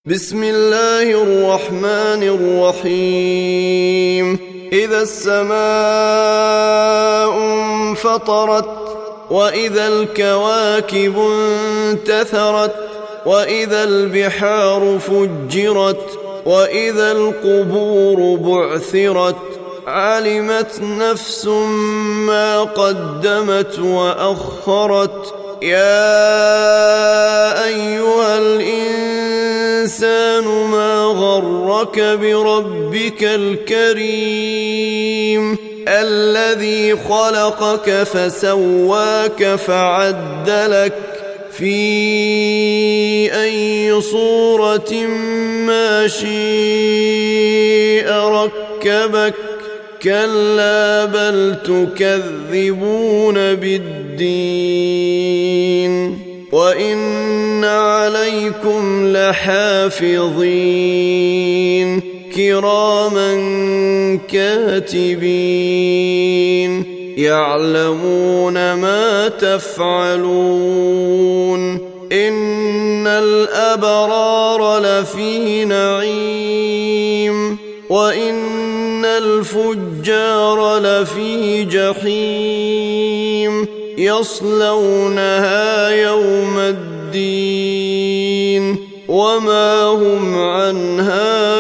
بسم الله الرحمن الرحيم إذا السماء انفطرت وإذا الكواكب انتثرت وإذا البحار فجرت وإذا القبور بعثرت علمت نفس ما قدمت وأخرت يا أيها الإنسان ما غرك بربك الكريم الذي خلقك فسواك فعدلك في أي صورة ما شاء ركبك كلا بل تكذبون بالدين وإن عليكم لحافظين كراما كاتبين يعلمون ما تفعلون إن الأبرار لفي نعيم وإن الفجار لفي جحيم يصلونها يوم الدين وما هم عنها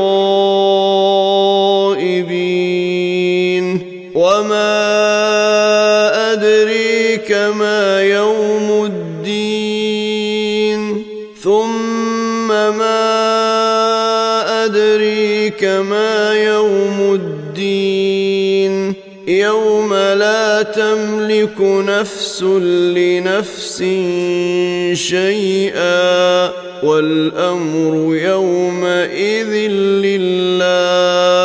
بغائبين وما أدريك ما يوم الدين ثم ما أدريك ما يوم الدين يوم لا تملك نفس لنفس شيئا والأمر يومئذ لله